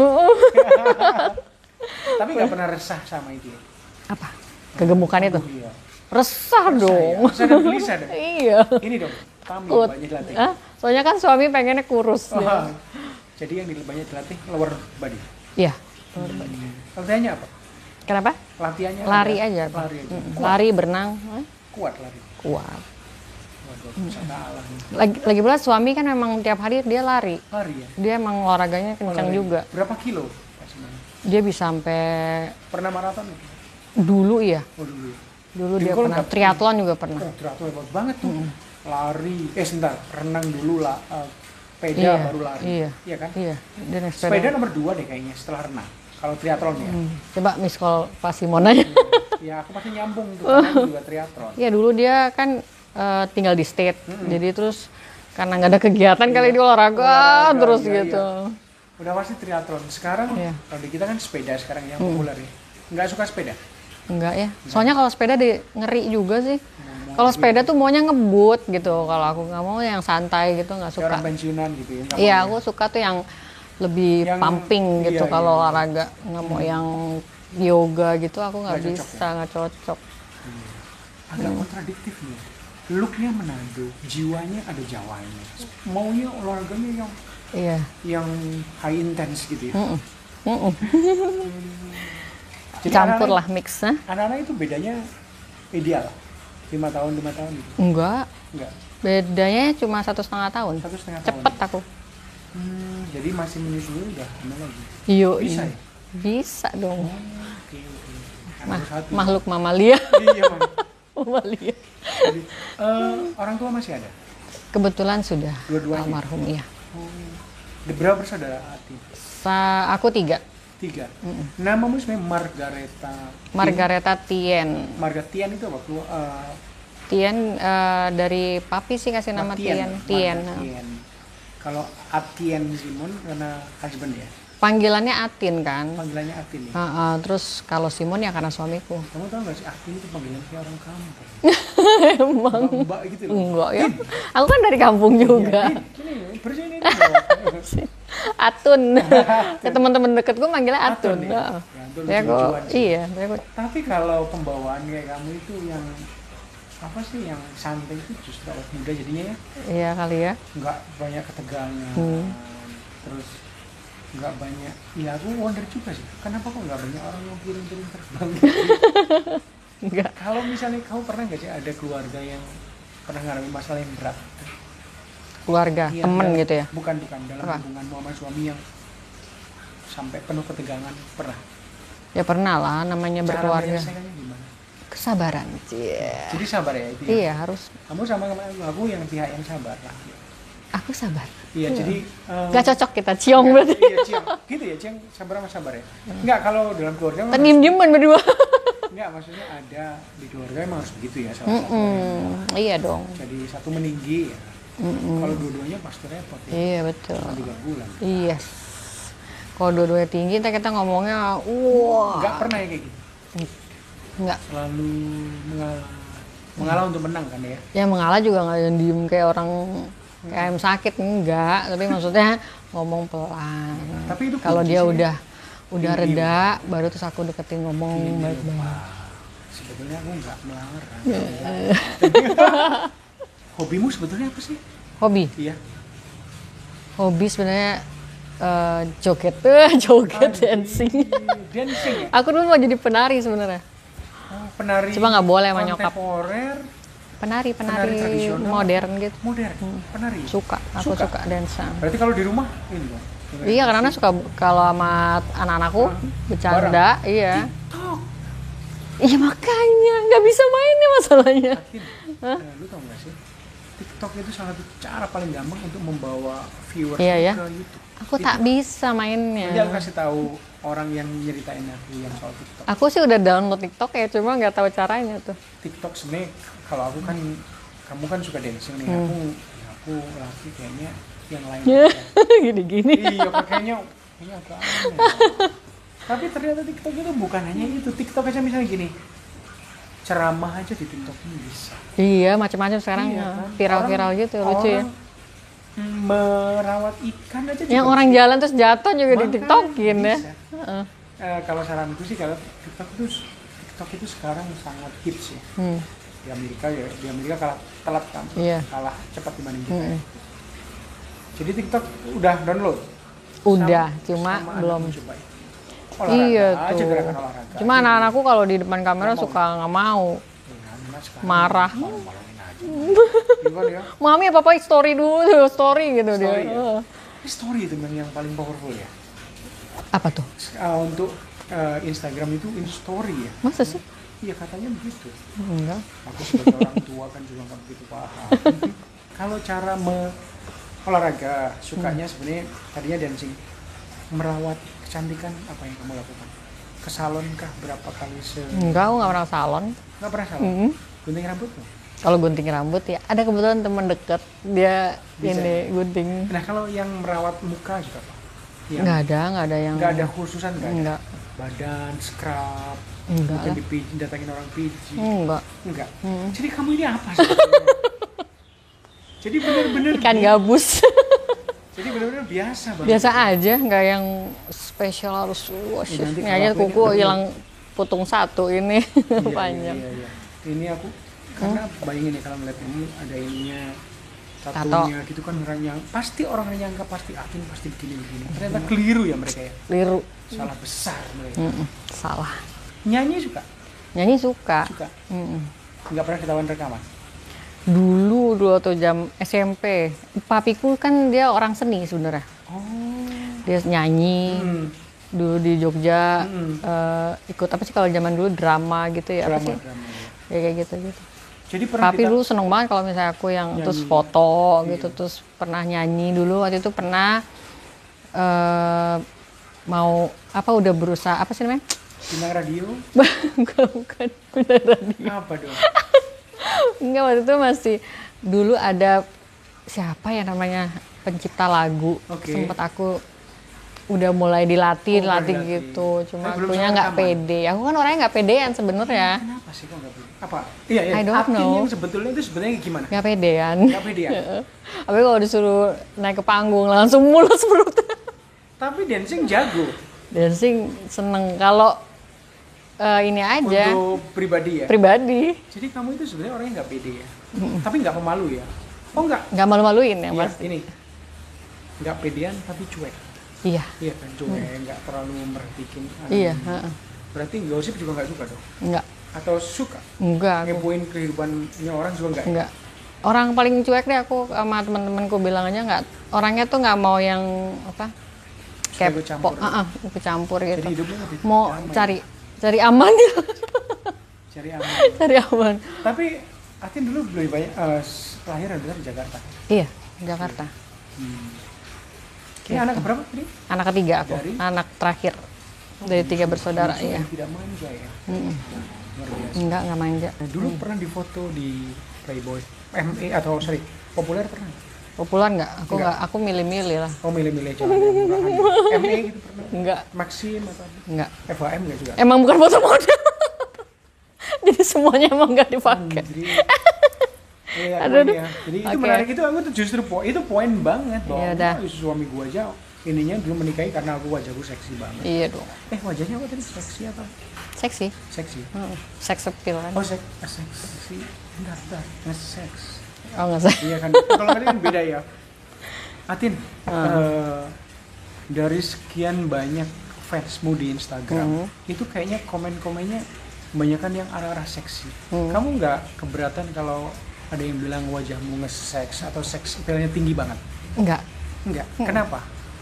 Tapi nggak pernah resah sama itu ya? Apa? Kegemukan itu? Iya. Resah, resah dong. Ya? Resah dan gelisah dong? Iya. Ini dong, tummy banyak dilatih. Ah, soalnya kan suami pengennya kurus. Oh, ya. Jadi yang banyak dilatih lower body? Iya. Lower hmm. body. Latihannya apa? Kenapa? Latihannya lari ada? aja. Lari aja. Mm. Lari, berenang. Kuat lari? Kuat. Waduh, bisa kalah. Lagi, lagi pula suami kan memang tiap hari dia lari. Lari ya? Dia emang olahraganya kencang oh, juga. Berapa kilo? Dia bisa sampai... Pernah maraton? Dulu ya. Oh dulu. Dulu Dulu dia kalau pernah. nggak- Triathlon juga pernah. Oh triathlon hebat banget tuh. Lari, eh sebentar, renang dulu lah, uh, sepeda Iya, baru lari. iya. Iya kan? Iya. Dia naik Sepeda. sepeda. nomor dua deh kayaknya setelah renang. Kalau triathlon ya. Hmm. Coba miss call Pak Simon aja. Ya aku pasti nyambung tuh karena aku juga triathlon. Iya dulu dia kan eh, tinggal di state, jadi terus karena nggak ada kegiatan kali dia olahraga, Olahraga, terus iya, gitu. Udah pasti triathlon. Sekarang Iya. kalau di kita kan sepeda sekarang yang populer ya. Nggak suka sepeda. Enggak ya, soalnya kalau sepeda di, ngeri juga sih. Kalau sepeda tuh maunya ngebut gitu, kalau aku nggak mau yang santai gitu, nggak Kayak suka. orang pensiunan gitu ya. nggak Iya, mau aku suka tuh yang lebih Yang- pumping gitu iya, kalau iya. olahraga, nggak mau yang yoga gitu, aku nggak Nggak cocok bisa, nggak cocok. agak kontradiktif nih. Looknya Manado, jiwanya ada Jawanya. Maunya olahraganya yang Iya. yang high intense gitu ya. Mm-mm. Mm-mm. Jadi Campur anak-anak- lah mixnya. Anak-anak itu bedanya ideal. lima tahun, lima tahun gitu. Enggak, Enggak, bedanya cuma satu setengah tahun. satu setengah tahun. Cepet aku. Hmm, jadi masih menyusui udah hamil lagi. Iyo, Bisa iya. ya? Bisa dong. Oke, oke. Anak Mah- satu. makhluk mamalia. Iya, Bang. Mamalia. Jadi, eh, orang tua masih ada? Kebetulan sudah Dua-duanya? almarhum ya. Oh. Ada berapa bersaudara Ati? Sa aku tiga. Tiga. Namamu sebenarnya Margareta. Margareta Tien. Margatian itu apa? Keluar, eh, Tien eh, dari papi sih kasih nama Tien. Tien. Margatien. Kalau Atien Simon karena husband ya. Panggilannya Atin kan. Panggilannya Atin ya. Ah, ah, terus kalau Simon ya karena suamiku. Kamu tahu nggak sih Atin itu panggilan kayak orang kampung. Emang Mbak gitu loh. enggak ya. Aku kan dari kampung juga. Iya, Din, ini bersih ini. Din. Atun. Ya, teman-teman deketku manggilnya Atun. Atun, ya? Heeh. Ya, itu Ya, aku, lucu-lucuan sih. iya, ya, aku, Tapi kalau pembawaan kayak kamu itu yang apa sih yang santai itu justru awet muda jadinya ya iya kali ya. nggak banyak ketegangan Hmm. terus nggak banyak ya aku wonder juga sih kenapa kok nggak banyak orang yang piring-piring terbang gitu. Enggak. Kalau misalnya kamu pernah nggak sih ada keluarga yang pernah ngalami masalah yang berat Keluarga, Iya, temen dalam- gitu ya. bukan bukan dalam Apa? hubungan sama suami yang sampai penuh ketegangan pernah Ya pernah lah namanya cara berkeluarga. menyelesaikannya gimana Kesabaran. Cie. jadi sabar ya itu ya? Iya, harus. Kamu sama aku yang pihak yang sabar lah. Aku sabar. Iya, jadi eh, Gak cocok kita ciong berarti. Iya, Ciang. Gitu ya, Ciang sabar sama sabar ya. Enggak, kalau dalam keluarga memang Diem-dieman berdua. enggak, maksudnya ada di keluarga emang harus begitu ya salah satu. Hmm, iya dong. Jadi satu meninggi ya. Kalau dua-duanya pasti repot ya. Iya betul. Cuma tiga bulan. Iya. Kalau dua-duanya tinggi, ntar kita ngomongnya, wah. Enggak pernah ya kayak gitu. Enggak. Selalu mengalah. Mengalah untuk menang kan ya. Ya mengalah juga nggak yang diem kayak orang kayak ayam sakit enggak. Tapi maksudnya ngomong pelan. Tapi itu Kalau kunci dia sih. udah udah Diem-diem. reda, baru terus aku deketin ngomong Ini baik-baik. lupa. Sebetulnya aku enggak melarang. Hobimu sebetulnya apa sih? Hobi, Iya. hobi sebenarnya eh, joget, eh, joget dancing. Dancing ya? Aku dulu mau jadi penari sebenarnya. Oh, penari. Cuma nggak boleh sama nyokap. Kontemporer, Penari, penari, Penari tradisional. modern gitu. modern, penari. Suka, aku Suka? suka, dance. Berarti kalau di rumah ini dong. Iya, karena suka kalau sama anak-anakku bercanda, iya. TikTok. Iya makanya nggak bisa mainnya masalahnya. Yakin? Eh, lu tau gak sih? TikTok itu salah satu cara paling gampang untuk membawa viewers Iya, ya. ke YouTube. Aku tak bisa mainnya. Nanti aku kasih tahu orang yang nyeritain aku yang soal TikTok. Aku sih udah download TikTok ya, cuma nggak tahu caranya tuh. TikTok sebenarnya kalau aku kan kamu kan suka dancing nih, aku ya aku laki kayaknya yang lain. aja. Gini-gini. Iya, pakainya kayaknya agak aneh. Tapi ternyata TikTok itu bukan hanya itu. TikTok aja misalnya gini, ceramah aja di TikTok ini bisa. Iya, macam-macam sekarang Iya, ya. kan? Viral-viral Orang- gitu, lucu ya. orang merawat ikan aja juga Yang orang jalan terus jatuh juga di Makanya TikTokin ya. bisa. Eh, kalau saranku sih kalau TikTok itu TikTok itu sekarang sangat hits ya. Hmm. Di Amerika ya, di Amerika kalah telat kan, Iya. kalah cepat dibanding kita. Hmm. ya. Jadi TikTok udah download. Udah, Sama- cuma sama belum. anakmu coba. Olahraga Iya aja, tuh. gerakan olahraga. Cuma anak-anakku kalau di depan kamera Nggak mau. suka nggak mau. Ya, Mas, sekarang Marah. malu-maluin aja. Gimana ya? Mami apa apa story dulu, story gitu dia. Story ya? Heeh. Ini story itu yang yang paling powerful ya. Apa tuh? Uh, untuk uh, Instagram itu in story ya. Masa sih? Iya katanya begitu. Enggak. Aku sebagai orang tua kan juga nggak begitu paham. Kalau cara me olahraga sukanya hmm. sebenarnya tadinya dancing. Merawat kecantikan apa yang kamu lakukan? Ke salon kah berapa kali se? Enggak, aku nggak pernah salon. Nggak pernah salon. Mm-hmm. Gunting rambut tuh? Kalau gunting rambut ya ada kebetulan teman dekat dia bisa ini gunting. Nah kalau yang merawat muka juga Pak? Nggak ada, nggak ada yang. Nggak ada khususan nggak? Enggak. Badan, scrub, enggak mungkin dipijit, datangin orang pijit. Enggak. Enggak. Hmm. Jadi kamu ini apa sih? Jadi benar-benar ikan gabus. Jadi benar-benar biasa banget. Biasa aja, nggak yang spesial harus wash. Ya, ini aja kuku hilang putung satu ini iya, panjang. Iya, iya, iya. Ini aku karena hmm? bayangin ya kalau ngeliat ini ada ininya tatonya gitu kan orang yang pasti orang yang nyangka pasti Atin pasti begini-begini. Ternyata hmm. keliru ya mereka ya. Keliru. Salah besar mereka. Mm-mm. Salah. Nyanyi suka? Nyanyi suka. Suka. Mm-mm. Nggak pernah ketahuan rekaman? Dulu dulu atau jam S M P, papiku kan dia orang seni sebenarnya. Oh. Dia nyanyi. Hmm. Dulu di Jogja hmm. uh, ikut apa sih kalau zaman dulu drama gitu ya? Drama, apa sih? drama. Ya kayak gitu gitu. Jadi pernah papi dulu seneng banget kalau misalnya aku yang nyanyi. Terus foto iya. gitu, terus pernah nyanyi dulu waktu itu pernah uh, mau apa udah berusaha apa sih namanya? Bintang radio? bukan bukan bintang radio. Apa dong? Enggak, waktu itu masih dulu ada siapa ya namanya pencipta lagu. Okay. Sempet aku udah mulai dilatih, oh, latih gitu. Cuma akunya nggak pede. Aku kan orangnya nggak pedean sebenarnya. Kenapa sih kok nggak pede? Apa? Iya, iya. I don't know. Yang sebetulnya itu sebenarnya gimana? Nggak pedean. Nggak pedean. Tapi kalau disuruh naik ke panggung langsung mulus perutnya. Tapi dancing jago. Dancing seneng kalau uh, ini aja. Untuk pribadi ya. Pribadi. Jadi kamu itu sebenarnya orangnya nggak pede ya. Mm. Tapi nggak pemalu ya. Oh nggak? Nggak malu-maluin ya mas. Iya, ini nggak pedean tapi cuek. Iya. Iya kan cuek, nggak hmm. terlalu merhatiin. Iya. Um, berarti gosip juga nggak suka dong? Nggak. Atau suka? Enggak. Ngepoin kehidupannya orang juga nggak? Enggak. Orang paling cuek deh aku sama teman-temanku bilang aja nggak. Orangnya tuh nggak mau yang apa? Kayak campur. Uh, uh, ikut campur gitu. Jadi hidupnya lebih mau damai. cari cari aman ya. Cari aman. Cari aman. Tapi Atin dulu lebih banyak uh, lahir dan besar di Jakarta. Iya, Jakarta. Hmm. Ini anak berapa tadi? Anak ketiga aku, dari? Anak terakhir oh, dari tiga bersaudara ya. Tidak manja ya? Hmm. Enggak, enggak manja. Nah, dulu hmm. pernah difoto di Playboy, M E atau sorry, populer pernah? Populer enggak? Aku enggak, aku milih-milih lah. Oh milih-milih jangan murahan. M E gitu pernah? Enggak. Maxim atau? Enggak. F H M enggak juga? Emang bukan foto model. Jadi semuanya emang enggak dipakai. Iya, aduh, aduh. Ya. Jadi okay. itu menarik itu aku tuh justru po itu poin banget bahwa ya, suami gua aja ininya dulu menikahi karena aku wajahku seksi banget. Iya dong. Eh wajahnya apa tadi seksi apa? Seksi. Seksi. Hmm. Sex appeal kan. Oh seks seksi. Enggak enggak nge-sex. Oh nge-sex. Iya kan. Kalau tadi kan beda ya. Atin, hmm. uh, dari sekian banyak fansmu di Instagram, hmm. itu kayaknya komen-komennya kebanyakan yang arah-arah seksi. Hmm. Kamu nggak keberatan kalau ada yang bilang wajahmu nge-sex atau seks appeal-nya tinggi banget? Enggak. Enggak. Hmm. Kenapa?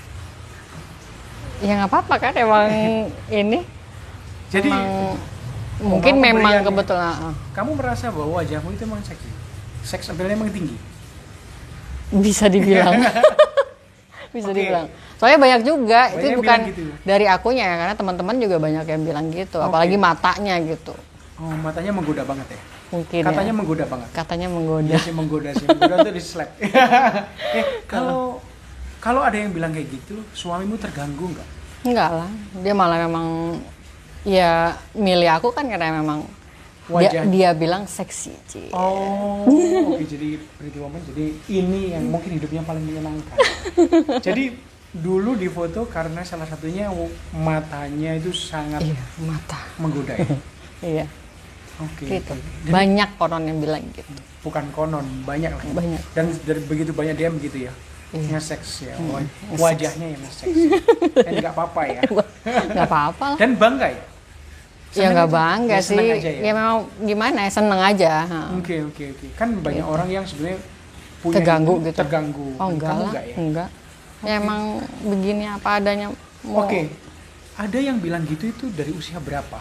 Ya nggak apa-apa kan emang ini. Jadi emang, mungkin memang kebetulan. Kamu merasa bahwa wajahmu itu emang seksi? Seks appeal-nya emang tinggi? Bisa dibilang. Bisa okay. dibilang. Soalnya banyak juga, banyak itu bukan gitu. Dari akunya ya, karena teman-teman juga banyak yang bilang gitu, okay. apalagi matanya gitu. Oh, matanya menggoda banget ya? Mungkin katanya ya. menggoda banget. Katanya menggoda. Iya sih menggoda sih. Menggoda tuh di slap. eh, kalau kalau ada yang bilang kayak gitu, suamimu terganggu nggak? Enggak lah. Dia malah memang ya milih aku kan karena memang dia, dia bilang seksi. Cie. Oh, oke. Jadi Pretty Woman. Jadi ini yang mungkin hidupnya paling menyenangkan. Jadi dulu di foto karena salah satunya matanya itu sangat iya, mata menggoda ya. Iya. Oke. Okay, gitu. Okay. Banyak konon yang bilang gitu. Bukan konon, banyak lah. Banyak. Dan dari begitu banyak dia begitu ya. Iya. Nge-seks ya. Hmm, wajahnya yang nge-seks. Dan enggak apa-apa ya. Enggak apa-apa lah. Dan bangga ya? Seneng ya enggak bangga ya, sih. Ya? ya memang gimana ya, seneng aja. Oke, oke, oke. Kan banyak gitu. Orang yang sebenarnya punya terganggu gitu. Terganggu. Oh enggak lah. Enggak ya? Enggak. Okay. Ya emang begini apa adanya. Oke. Okay. ada yang bilang gitu itu dari usia berapa?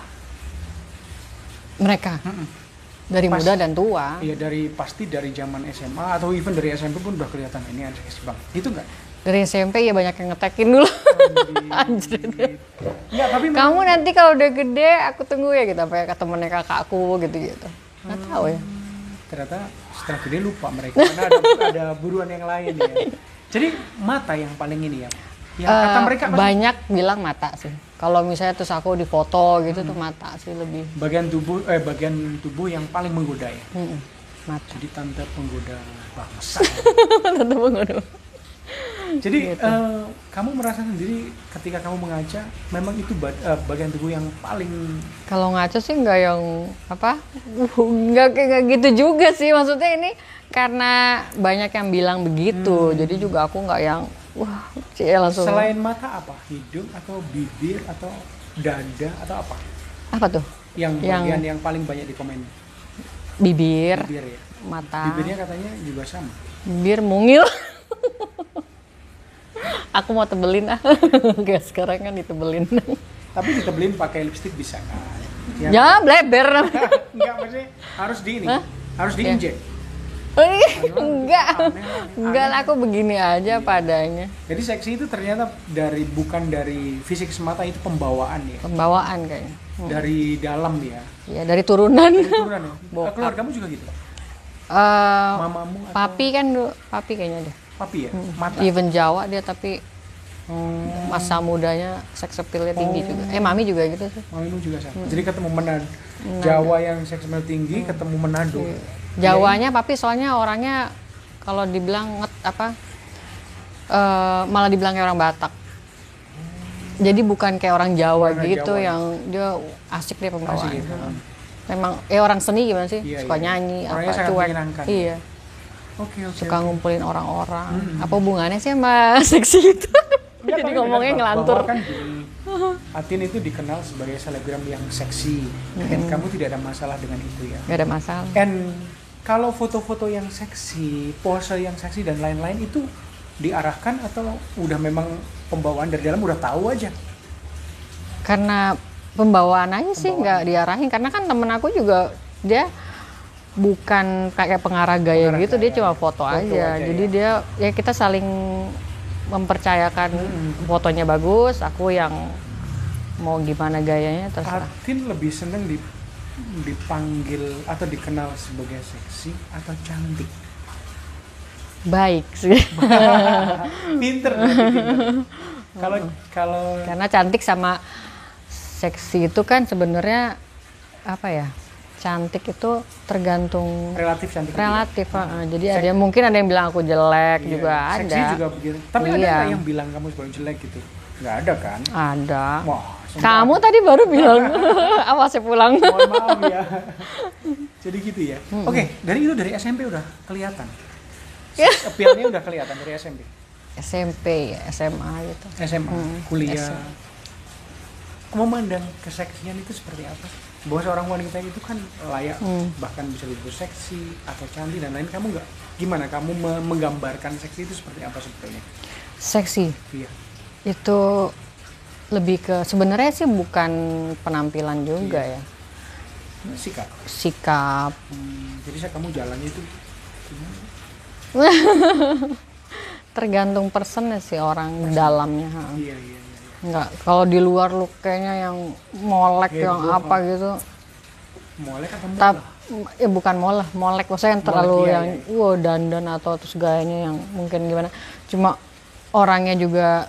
Mereka Mm-mm. dari Pas- muda dan tua. Iya, dari pasti dari zaman S M A atau even dari S M P pun udah kelihatan ini anak seksi banget. Gitu nggak? Dari S M P ya banyak yang ngetekin dulu. Anjir. Nggak, tapi memang- Kamu nanti kalau udah gede aku tunggu ya gitu, apa ya ke temennya kakakku gitu-gitu. Nggak tahu ya. ternyata setelah gede lupa mereka karena ada ada buruan yang lain ya. Jadi mata yang paling ini ya. Yang kata Eh, mereka pasti banyak bilang mata sih. Kalau misalnya terus aku difoto gitu tuh mata sih lebih. bagian tubuh eh bagian tubuh yang paling menggoda ya. Mm-mm, mata. Jadi tante penggoda bangsa. Tentu menggoda. Jadi Gitu. eh, kamu merasa sendiri ketika kamu mengaca memang itu ba- eh, bagian tubuh yang paling Kalau ngaco sih nggak yang apa, uh, nggak kayak nggak gitu juga sih. Maksudnya ini karena banyak yang bilang begitu, jadi juga aku nggak yang wah cie langsung. selain mata apa? Hidung atau bibir atau dada atau apa? Apa tuh? Yang Yang- bagian yang paling banyak di komen Bibir, bibir ya. mata, Bibirnya katanya juga sama. bibir mungil. Aku mau tebelin ah. Kayak sekarang kan ditebelin. Tapi ditebelin pakai lipstik bisa kan? Ya bleber. Enggak, maksudnya harus di ini, Hah? harus diinjek. Enggak, Aneh, enggak lah, aku begini aja padanya. Jadi seksi itu ternyata dari bukan dari fisik semata, itu pembawaan ya. Pembawaan kayaknya. Dari dalam ya. Ya dari turunan. Dari turunan ya. Bokap. Keluargamu juga gitu. Eh, Mamamu atau papi kan dulu- papi kayaknya deh. papi ya? Mata. Even Jawa dia tapi masa mudanya seks appeal-nya tinggi juga. Eh mami juga gitu sih. Mamimu juga sama. Jadi ketemu Manado. Jawa yang seks appeal tinggi ketemu Manado. Jawanya papi soalnya orangnya kalau dibilang nget apa eh, malah dibilang kayak orang Batak. Jadi bukan kayak orang Jawa Orang gitu Jawa. yang dia asik dia pembawaan. Asik gitu. Hmm. Memang eh orang seni gimana sih? Iya, Suka iya. nyanyi Orangnya apa sangat cuek. menyenangkan. Iya. Oke, oke. Suka ngumpulin orang-orang. Hmm. Apa hubungannya sih sama seksi itu? Enggak, Jadi tapi ngomongnya benar, ngelantur. bahwa kan gini, Atin itu dikenal sebagai selebgram yang seksi. Dan kamu tidak ada masalah dengan itu ya. Gak ada masalah. And kalau foto-foto yang seksi, pose yang seksi dan lain-lain itu diarahkan atau udah memang pembawaan dari dalam udah tahu aja? Karena pembawaan aja sih Pembawaan. nggak diarahin. Karena kan temen aku juga dia bukan kayak pengarah gaya Pengarah gitu, dia gaya. cuma foto, Foto aja. aja, Jadi ya. dia ya kita saling mempercayakan fotonya bagus, aku yang mau gimana gayanya terserah. Atin lebih seneng di, dipanggil atau dikenal sebagai seksi atau cantik? Baik sih. Pinter berarti, pinter. Kalau kalau Karena cantik sama seksi itu kan sebenarnya apa ya? Cantik itu tergantung relatif cantik juga. relatif. heeh. Jadi ada yang mungkin ada yang bilang aku jelek Iya, juga ada. seksi juga begitu. Tapi ada Iya. nggak yang bilang kamu sebagai jelek gitu? Nggak ada kan? Ada. Wah, sumpah. Kamu tadi baru bilang awas saya pulang. Mohon maaf ya. Jadi gitu ya. Oke, dari itu dari S M P udah kelihatan. Appeal-nya udah kelihatan dari S M P. S M P ya, S M A gitu. S M A, Hmm, kuliah. S M A. Memandang keseksian itu seperti apa? Bahwa seorang wanita itu kan layak, Hmm. bahkan bisa disebut seksi atau cantik dan lain. Kamu nggak? Gimana kamu me- menggambarkan seksi itu seperti apa sebetulnya? Seksi Iya. itu lebih ke sebenarnya sih bukan penampilan juga ya. Sikap. Sikap. Hmm, jadi saya kamu jalannya itu gimana? Tergantung personnya sih orang dalamnya. ha. Iya, iya, iya. Enggak, kalau di luar lu kayaknya yang molek yang Heboh, apa gitu. Molek atau Tap, molah? ya bukan molek, molek maksudnya yang terlalu Molek, iya, yang wow dandan atau terus gayanya yang mungkin gimana. Cuma orangnya juga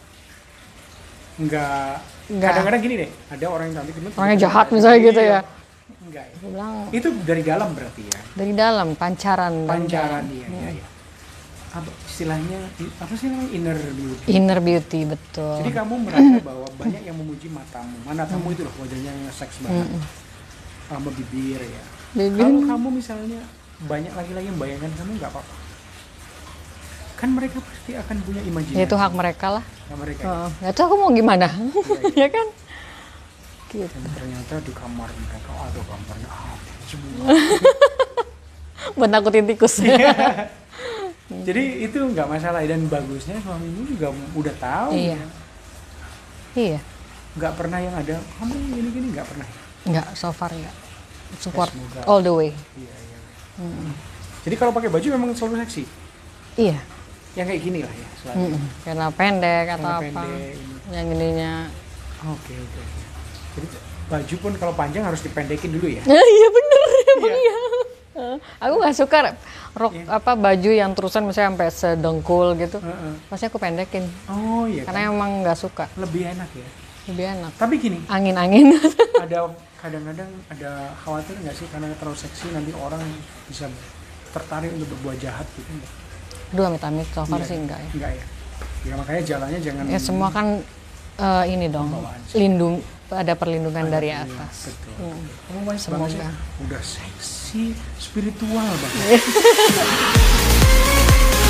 Enggak. Enggak. Kadang-kadang gini deh, ada orang yang cantik cuman orangnya tiba-tiba jahat ada- misalnya gitu Iya. ya. Enggak ya. Aku bilang Itu dari dalam berarti ya. dari dalam pancaran dan Pancaran iya, iya, iya. Apa istilahnya i- apa sih namanya inner beauty. inner beauty betul. Jadi kamu merasa bahwa banyak yang memuji matamu. Mana kamu itu loh wajahnya seks banget. Sama bibir ya. Bibir. Kalau kamu misalnya banyak laki-laki yang bayangkan kamu nggak apa-apa. Kan mereka pasti akan punya imajinasi. Ya, itu hak mereka lah. Hak mereka. Heeh. Nggak tahu aku mau gimana. Ya kan? Gitu. Dan ternyata di kamar mereka ada gambarnya apa semua. Buat nakutin tikus. Jadi itu nggak masalah dan bagusnya suamimu juga udah tahu. Iya. Iya. nggak pernah yang ada kamu gini-gini, nggak pernah. Nggak, so far nggak. Support Semoga. all the way. Iya, iya. Hmm. Jadi kalau pakai baju memang selalu seksi. Iya. Yang kayak gini lah ya selalu. Mm-mm. Karena pendek atau Karena apa. pendek, ini. Yang ininya. Oke oke. Jadi baju pun kalau panjang harus dipendekin dulu ya. Iya bener emang Iya. ya. Aku nggak suka rok Iya. apa baju yang terusan misalnya sampai sedengkul gitu. Heeh. Pasti aku pendekin. Oh iya. Karena Kan? emang nggak suka. Lebih enak ya. Lebih enak. Tapi gini, Angin-angin. ada kadang-kadang ada khawatir nggak sih karena terlalu seksi nanti orang bisa tertarik untuk berbuat jahat gitu nggak? Aduh amit-amit, so far Iya, sih enggak ya. Enggak ya. Ya makanya jalannya jangan. Ya semua kan eh, ini dong, Pembawaan sih. lindung, ada perlindungan Ada dari yang- atas. Betul. Hmm. Kamu wise Semoga. banget sih. Udah seksi, spiritual banget.